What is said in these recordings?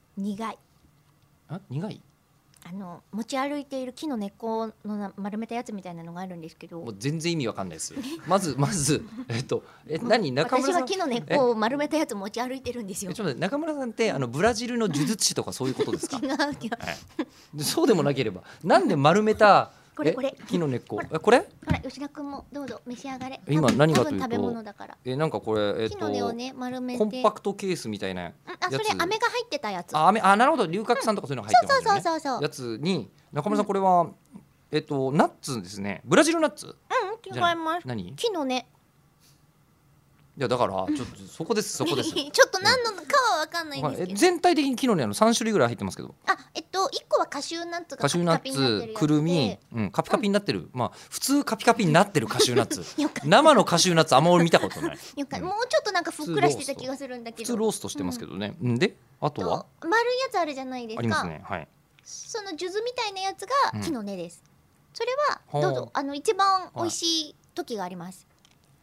苦い。 苦い。 持ち歩いている木の根っこの丸めたやつみたいなのがあるんですけど、 もう全然意味わかんないです。まず何、中村さん。 私は木の根っこを丸めたやつ持ち歩いてるんですよ。 ちょっと待って、中村さんってブラジルの呪術師とかそういうことですか？ 違う。 そうでもなければなんで丸めたこれ木の根っこ、これほら吉田君もどうぞ召し上がれ。 今何かというと多分食べ物だから。 なんかこれ木の根をね丸めて、 コンパクトケースみたいなやつ。 それ飴が入ってたやつ。 なるほど、龍角散とかそういうの入ってますよね。 そうやつに中村さん、これはナッツですね。ブラジルナッツ？ 違います。 何？ 木の根。 いやだからちょっとそこですちょっと何のかは分かんないんですけど、 全体的に木の根3種類ぐらい入ってますけど、 1個はカシューナッツがカシューナッツ、くるみ、カピカピになってる、普通カピカピになってるカシューナッツ生のカシューナッツあんま俺見たことない。 もうちょっとなんかふっくらしてた気がするんだけど、 普通ローストしてますけどね。であとは丸いやつあるじゃないですか。 ありますね。はい。 その数珠みたいなやつが木の根です。それはどうぞ。一番美味しい時があります。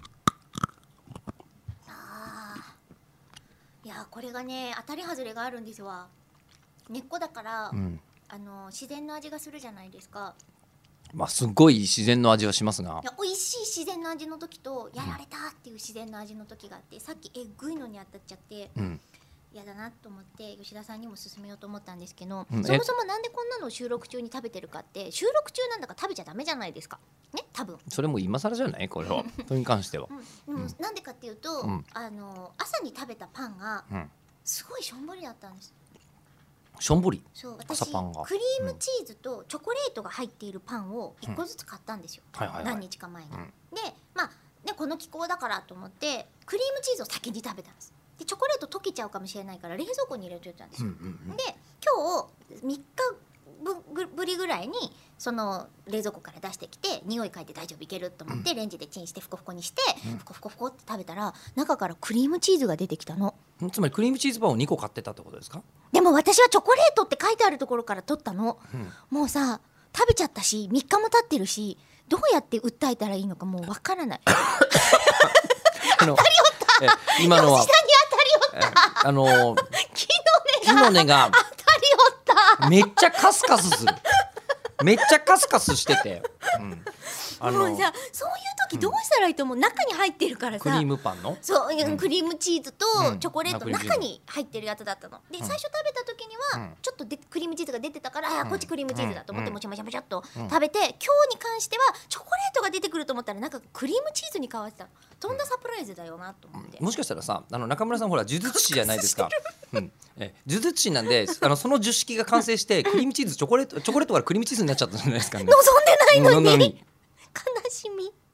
いやこれがね当たり外れがあるんですわ。根っこだから、自然の味がするじゃないですか。 すごい自然の味はしますが、 美味しい自然の味の時とやられたっていう自然の味の時があって、さっきえぐいのに当たっちゃって嫌だなと思って吉田さんにも勧めようと思ったんですけど、そもそもなんでこんなのを収録中に食べてるかって、収録中なんだから食べちゃダメじゃないですかね、多分。 それも今更じゃないこれはそれに関しては。 でもなんでかっていうと、朝に食べたパンがすごいしょんぼりだったんです。 しょんぼり。 そう、私パンがクリームチーズとチョコレートが入っているパンを1個ずつ買ったんですよ、何日か前に。でこの気候だからと思ってクリームチーズを先に食べたんです。でチョコレート溶けちゃうかもしれないから冷蔵庫に入れておいたんですよ。で今日3日ぶりぐらいにその冷蔵庫から出してきて、匂い嗅いで大丈夫いけると思ってレンジでチンしてふこふこにして、ふこふこふこって食べたら中からクリームチーズが出てきたの。 つまりクリームチーズパンを2個買ってたってことですか？ でも私はチョコレートって書いてあるところから取ったの、もうさ食べちゃったし3日も経ってるし、どうやって訴えたらいいのかもうわからない。当たりよった今のは吉田に当たりよった木の根が当たりよっためっちゃカスカスする。めっちゃカスカスしてて、 もうさそういう時どうしたらいいと思う？中に入ってるからさ、 クリームパンのクリームチーズとチョコレート中に入ってるやつだったので、最初食べた時にはちょっとクリームチーズが出てたから、こっちクリームチーズだと思ってもちゃもちゃもちゃっと食べて、今日に関してはチョコレートが出てくると思ったら中がクリームチーズに変わってた。とんだサプライズだよなと思って。 もしかしたらさ、中村さんほら呪術師じゃないですか。呪術師なんでその呪式が完成してクリームチーズチョコレートからクリームチーズになっちゃったじゃないですかね。 望んでないのに悲しみ。